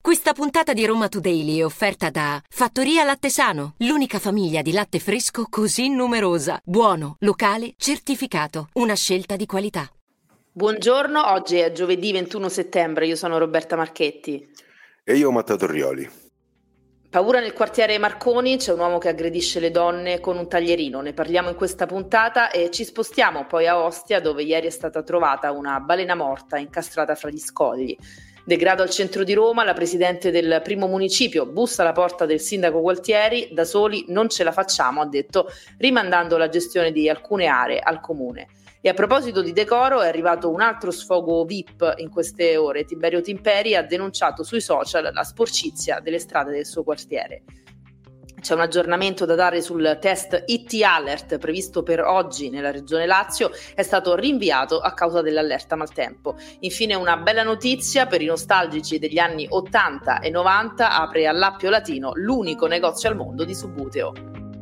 Questa puntata di Roma Today è offerta da Fattoria Latte Sano, l'unica famiglia di latte fresco così numerosa. Buono, locale, certificato. Una scelta di qualità. Buongiorno, oggi è giovedì 21 settembre, io sono Roberta Marchetti. E io Matteo Torrioli. Paura nel quartiere Marconi, c'è un uomo che aggredisce le donne con un taglierino. Ne parliamo in questa puntata e ci spostiamo poi a Ostia, dove ieri è stata trovata una balena morta incastrata fra gli scogli. Degrado al centro di Roma, la presidente del primo municipio bussa alla porta del sindaco Gualtieri, da soli non ce la facciamo, ha detto, rimandando la gestione di alcune aree al comune. E a proposito di decoro è arrivato un altro sfogo VIP in queste ore. Tiberio Timperi ha denunciato sui social la sporcizia delle strade del suo quartiere. C'è un aggiornamento da dare sul test IT Alert previsto per oggi nella regione Lazio, è stato rinviato a causa dell'allerta maltempo. Infine una bella notizia per i nostalgici degli anni 80 e 90, apre all'Appio Latino l'unico negozio al mondo di Subbuteo.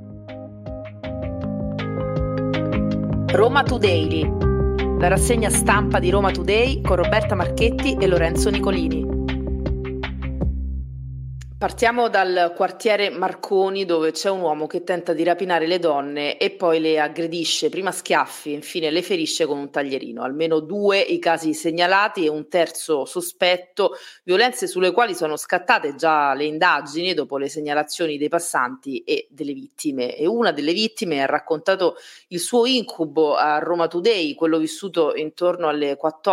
Roma Today, la rassegna stampa di Roma Today con Roberta Marchetti e Lorenzo Nicolini. Partiamo dal quartiere Marconi, dove c'è un uomo che tenta di rapinare le donne e poi le aggredisce, prima a schiaffi, infine le ferisce con un taglierino. Almeno 2 i casi segnalati e un terzo sospetto, violenze sulle quali sono scattate già le indagini dopo le segnalazioni dei passanti e delle vittime. E una delle vittime ha raccontato il suo incubo a Roma Today, quello vissuto intorno alle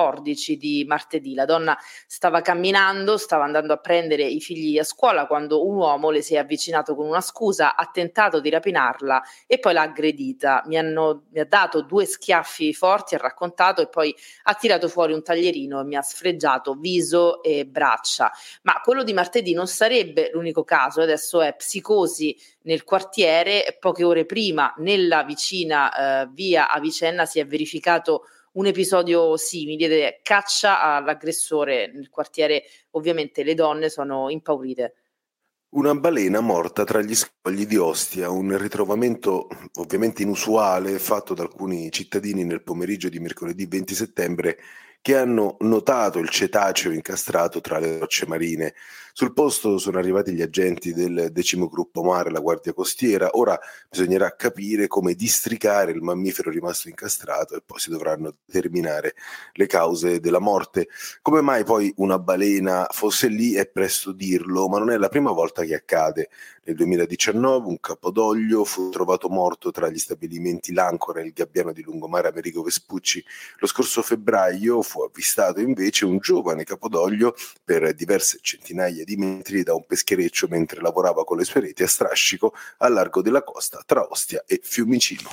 14 di martedì. La donna stava camminando, stava andando a prendere i figli a scuola quando un uomo le si è avvicinato con una scusa, ha tentato di rapinarla e poi l'ha aggredita. Mi ha dato 2 schiaffi forti, ha raccontato, e poi ha tirato fuori un taglierino e mi ha sfregiato viso e braccia. Ma quello di martedì non sarebbe l'unico caso, adesso è psicosi nel quartiere. Poche ore prima nella vicina via Avicenna si è verificato un episodio simile ed è caccia all'aggressore nel quartiere. Ovviamente le donne sono impaurite. Una balena morta tra gli scogli di Ostia, un ritrovamento ovviamente inusuale fatto da alcuni cittadini nel pomeriggio di mercoledì 20 settembre che hanno notato il cetaceo incastrato tra le rocce marine. Sul posto sono arrivati gli agenti del 10° Gruppo Mare, la Guardia Costiera. Ora bisognerà capire come districare il mammifero rimasto incastrato e poi si dovranno determinare le cause della morte. Come mai poi una balena fosse lì è presto dirlo, ma non è la prima volta che accade. Nel 2019 un capodoglio fu trovato morto tra gli stabilimenti L'Ancora e il Gabbiano di Lungomare Amerigo Vespucci. Lo scorso febbraio fu avvistato invece un giovane capodoglio per diverse centinaia di metri da un peschereccio mentre lavorava con le sue reti a strascico al largo della costa tra Ostia e Fiumicino.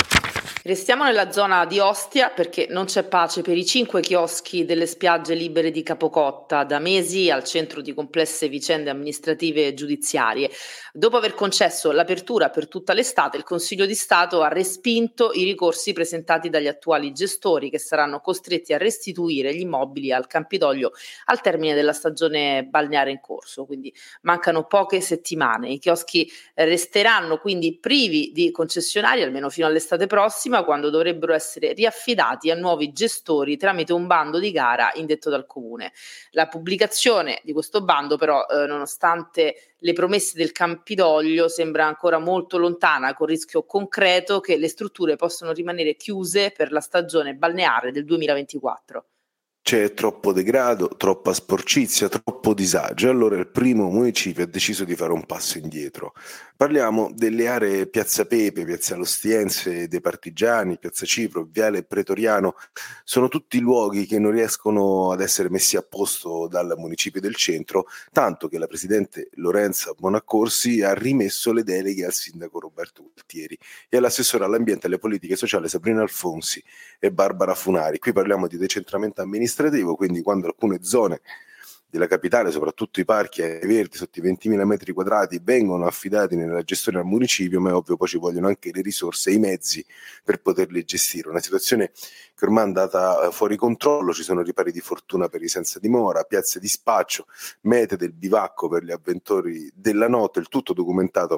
Restiamo nella zona di Ostia perché non c'è pace per i 5 chioschi delle spiagge libere di Capocotta, da mesi al centro di complesse vicende amministrative e giudiziarie. Dopo aver concesso l'apertura per tutta l'estate, il Consiglio di Stato ha respinto i ricorsi presentati dagli attuali gestori, che saranno costretti a restituire gli immobili al Campidoglio al termine della stagione balneare in corso. Quindi mancano poche settimane. I chioschi resteranno quindi privi di concessionari almeno fino all'estate prossima, quando dovrebbero essere riaffidati a nuovi gestori tramite un bando di gara indetto dal comune. La pubblicazione di questo bando però, nonostante le promesse del Campidoglio, sembra ancora molto lontana, con il rischio concreto che le strutture possano rimanere chiuse per la stagione balneare del 2024. C'è troppo degrado, troppa sporcizia, troppo disagio. Allora il primo municipio ha deciso di fare un passo indietro. Parliamo delle aree Piazza Pepe, Piazzale Ostiense, dei Partigiani, Piazza Cipro, Viale Pretoriano. Sono tutti luoghi che non riescono ad essere messi a posto dal municipio del centro, tanto che la presidente Lorenza Bonaccorsi ha rimesso le deleghe al sindaco Roberto Gualtieri e all'assessore all'ambiente e alle politiche sociali Sabrina Alfonsi e Barbara Funari. Qui parliamo di decentramento amministrativo, quindi quando alcune zone della capitale, soprattutto i parchi ai verdi sotto i 20.000 metri quadrati, vengono affidati nella gestione al municipio, ma è ovvio poi ci vogliono anche le risorse e i mezzi per poterli gestire. Una situazione che ormai è andata fuori controllo, ci sono ripari di fortuna per i senza dimora, piazze di spaccio, mete del bivacco per gli avventori della notte, il tutto documentato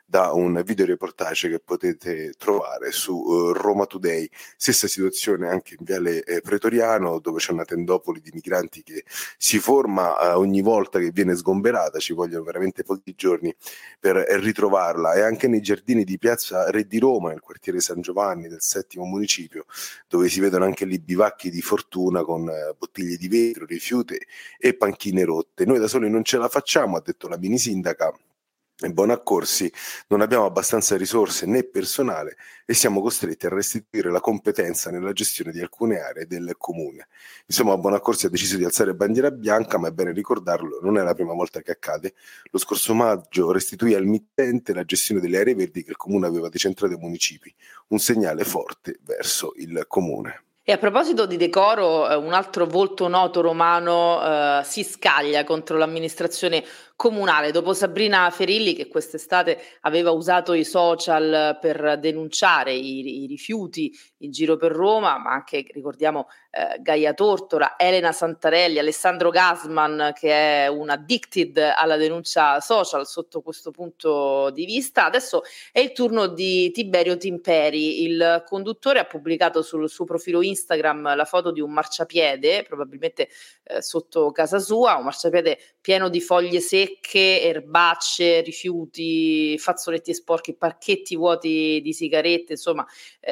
da un videoreportage che potete trovare su Roma Today. Stessa situazione anche in Viale Pretoriano, dove c'è una tendopoli di migranti che si forma ogni volta che viene sgomberata, ci vogliono veramente pochi giorni per ritrovarla, e anche nei giardini di Piazza Re di Roma, nel quartiere San Giovanni del settimo municipio, dove si vedono anche lì bivacchi di fortuna con bottiglie di vetro, rifiuti e panchine rotte. Noi da soli non ce la facciamo, ha detto la mini sindaca Bonaccorsi, non abbiamo abbastanza risorse né personale e siamo costretti a restituire la competenza nella gestione di alcune aree del comune. Insomma, Bonaccorsi ha deciso di alzare bandiera bianca, ma è bene ricordarlo, non è la prima volta che accade. Lo scorso maggio restituì al mittente la gestione delle aree verdi che il comune aveva decentrato ai municipi, un segnale forte verso il comune. E a proposito di decoro, un altro volto noto romano si scaglia contro l'amministrazione comunale. Dopo Sabrina Ferilli, che quest'estate aveva usato i social per denunciare i rifiuti in giro per Roma, ma anche, ricordiamo, Gaia Tortora, Elena Santarelli, Alessandro Gasman, che è un addicted alla denuncia social sotto questo punto di vista. Adesso è il turno di Tiberio Timperi. Il conduttore ha pubblicato sul suo profilo Instagram la foto di un marciapiede, probabilmente sotto casa sua, un marciapiede pieno di foglie secche, erbacce, rifiuti, fazzoletti sporchi, pacchetti vuoti di sigarette, insomma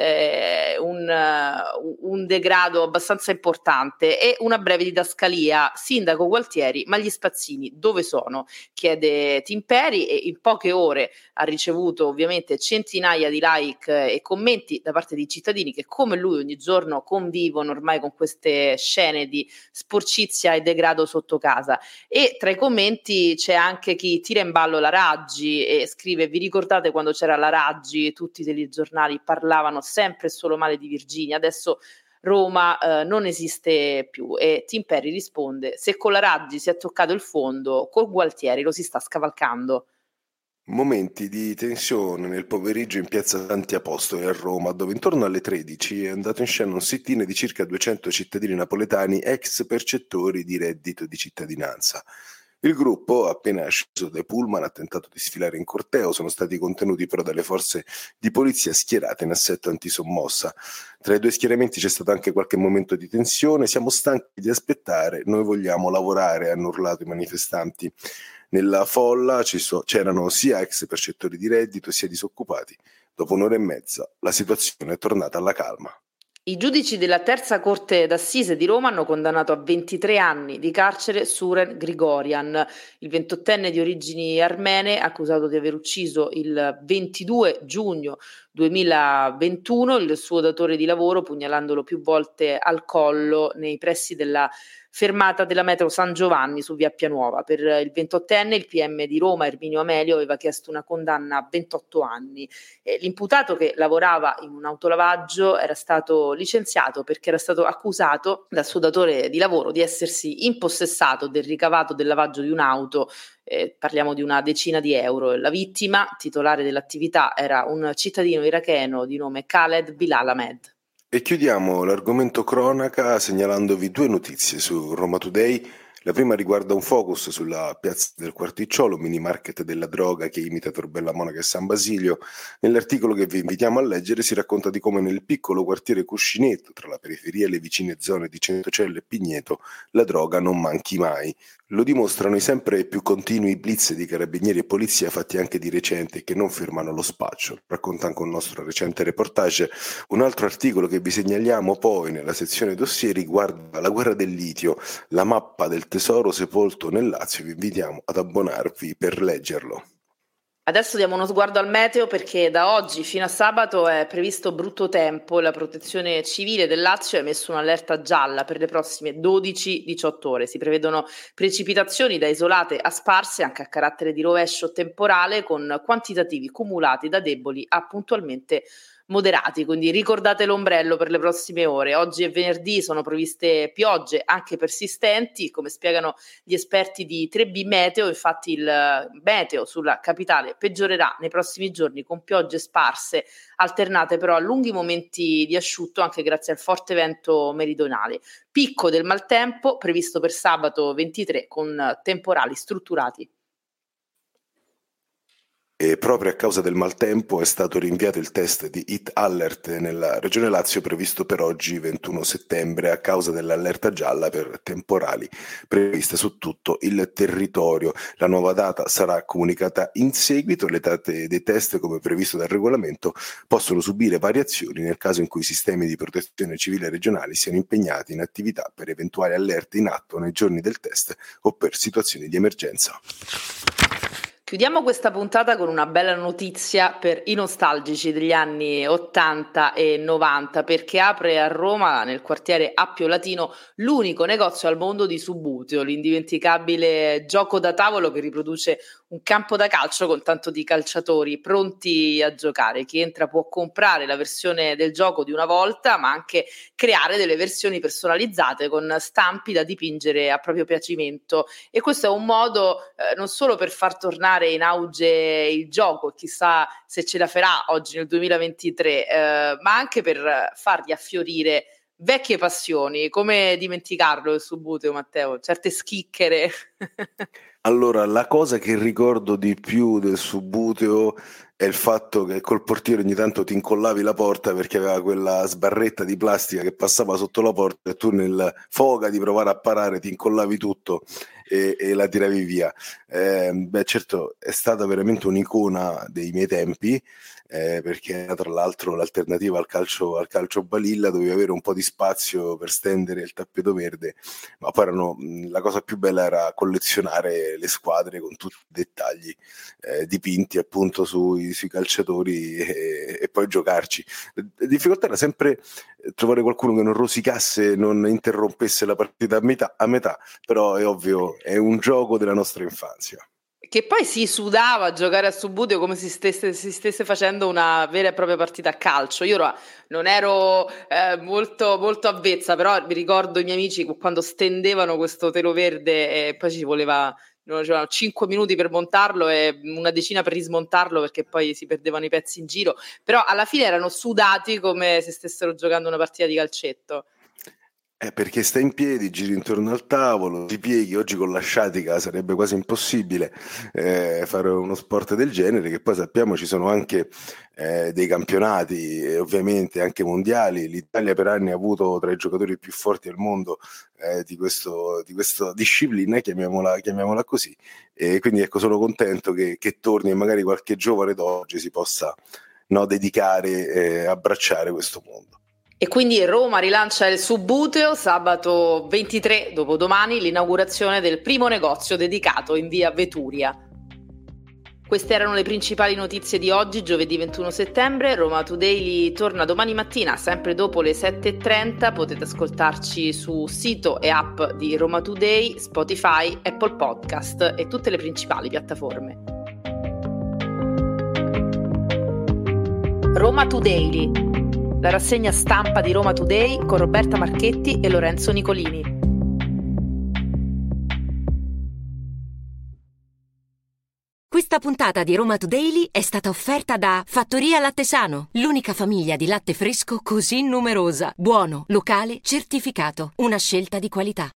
un degrado abbastanza importante. E una breve didascalia: sindaco Gualtieri, ma gli spazzini dove sono? Chiede Timperi, e in poche ore ha ricevuto ovviamente centinaia di like e commenti da parte di cittadini che, come lui, ogni giorno convivono ormai con queste scene di sporcizia e degrado sotto casa. E tra i commenti c'è anche chi tira in ballo la Raggi e scrive: vi ricordate quando c'era la Raggi e tutti i telegiornali parlavano sempre e solo male di Virginia? Adesso Roma non esiste più. E Timperi risponde: se con la Raggi si è toccato il fondo, col Gualtieri lo si sta scavalcando. Momenti di tensione nel pomeriggio in piazza Santi Apostoli a Roma, dove intorno alle 13 è andato in scena un sit-in di circa 200 cittadini napoletani ex percettori di reddito di cittadinanza. Il gruppo, appena sceso dai pullman, ha tentato di sfilare in corteo, sono stati contenuti però dalle forze di polizia schierate in assetto antisommossa. Tra i due schieramenti c'è stato anche qualche momento di tensione. Siamo stanchi di aspettare, noi vogliamo lavorare, hanno urlato i manifestanti. Nella folla c'erano sia ex percettori di reddito sia disoccupati. Dopo un'ora e mezza la situazione è tornata alla calma. I giudici della terza corte d'assise di Roma hanno condannato a 23 anni di carcere Suren Grigorian, il 28enne di origini armene, accusato di aver ucciso il 22 giugno 2021 il suo datore di lavoro, pugnalandolo più volte al collo nei pressi della fermata della metro San Giovanni su via Pianuova. Per il 28enne il PM di Roma, Erminio Amelio, aveva chiesto una condanna a 28 anni. L'imputato, che lavorava in un autolavaggio, era stato licenziato perché era stato accusato dal suo datore di lavoro di essersi impossessato del ricavato del lavaggio di un'auto. Parliamo di una decina di euro. La vittima, titolare dell'attività, era un cittadino iracheno di nome Khaled Bilal Ahmed. E chiudiamo l'argomento cronaca segnalandovi due notizie su Roma Today. La prima riguarda un focus sulla piazza del Quarticciolo, mini market della droga che imita Tor Bella Monaca e San Basilio. Nell'articolo che vi invitiamo a leggere si racconta di come nel piccolo quartiere Cuscinetto, tra la periferia e le vicine zone di Centocelle e Pigneto, la droga non manchi mai. Lo dimostrano i sempre più continui blitz di carabinieri e polizia fatti anche di recente, che non fermano lo spaccio. Racconta anche un nostro recente reportage. Un altro articolo che vi segnaliamo poi nella sezione dossier riguarda la guerra del litio, la mappa del tesoro sepolto nel Lazio. Vi invitiamo ad abbonarvi per leggerlo. Adesso diamo uno sguardo al meteo, perché da oggi fino a sabato è previsto brutto tempo. La Protezione Civile del Lazio ha emesso un'allerta gialla per le prossime 12-18 ore. Si prevedono precipitazioni da isolate a sparse, anche a carattere di rovescio temporale, con quantitativi cumulati da deboli a puntualmente moderati, quindi ricordate l'ombrello per le prossime ore. Oggi e venerdì sono previste piogge anche persistenti, come spiegano gli esperti di 3B Meteo. Infatti il meteo sulla capitale peggiorerà nei prossimi giorni, con piogge sparse alternate però a lunghi momenti di asciutto, anche grazie al forte vento meridionale. Picco del maltempo previsto per sabato 23, con temporali strutturati. E proprio a causa del maltempo è stato rinviato il test di Heat Alert nella regione Lazio previsto per oggi 21 settembre a causa dell'allerta gialla per temporali prevista su tutto il territorio. La nuova data sarà comunicata in seguito. Le date dei test, come previsto dal regolamento, possono subire variazioni nel caso in cui i sistemi di protezione civile regionali siano impegnati in attività per eventuali allerte in atto nei giorni del test o per situazioni di emergenza. Chiudiamo questa puntata con una bella notizia per i nostalgici degli anni 80 e 90, perché apre a Roma, nel quartiere Appio Latino, l'unico negozio al mondo di Subbuteo, l'indimenticabile gioco da tavolo che riproduce un campo da calcio con tanto di calciatori pronti a giocare. Chi entra può comprare la versione del gioco di una volta, ma anche creare delle versioni personalizzate con stampi da dipingere a proprio piacimento. E questo è un modo non solo per far tornare in auge il gioco, chissà se ce la farà oggi nel 2023, ma anche per far riaffiorire vecchie passioni. Come dimenticarlo il Subbuteo, Matteo? Certe schicchere. Allora, la cosa che ricordo di più del Subbuteo è il fatto che col portiere ogni tanto ti incollavi la porta perché aveva quella sbarretta di plastica che passava sotto la porta e tu nel foga di provare a parare ti incollavi tutto e la tiravi via. Certo, è stata veramente un'icona dei miei tempi, perché era tra l'altro l'alternativa al calcio balilla, dovevi avere un po' di spazio per stendere il tappeto verde, ma poi la cosa più bella era collezionare le squadre con tutti i dettagli dipinti appunto sui calciatori e poi giocarci. La difficoltà era sempre trovare qualcuno che non rosicasse, non interrompesse la partita a metà, però è ovvio, è un gioco della nostra infanzia. Che poi si sudava a giocare a Subbuteo come si stesse facendo una vera e propria partita a calcio. Io non ero molto, molto avvezza, però mi ricordo i miei amici quando stendevano questo telo verde e poi ci volevano 5 minuti per montarlo e una decina per rismontarlo perché poi si perdevano i pezzi in giro, però alla fine erano sudati come se stessero giocando una partita di calcetto. Perché stai in piedi, giri intorno al tavolo, ti pieghi. Oggi con la sciatica sarebbe quasi impossibile fare uno sport del genere, che poi sappiamo ci sono anche dei campionati ovviamente anche mondiali. L'Italia per anni ha avuto tra i giocatori più forti al mondo di questa disciplina, chiamiamola così, e quindi ecco, sono contento che torni e magari qualche giovane d'oggi si possa dedicare, abbracciare questo mondo. E quindi Roma rilancia il Subbuteo, sabato 23, dopodomani, l'inaugurazione del primo negozio dedicato in via Veturia. Queste erano le principali notizie di oggi, giovedì 21 settembre. Roma Today torna domani mattina, sempre dopo le 7:30. Potete ascoltarci su sito e app di Roma Today, Spotify, Apple Podcast e tutte le principali piattaforme. Roma Today, la rassegna stampa di Roma Today con Roberta Marchetti e Lorenzo Nicolini. Questa puntata di Roma Today è stata offerta da Fattoria Latte Sano, l'unica famiglia di latte fresco così numerosa. Buono, locale, certificato. Una scelta di qualità.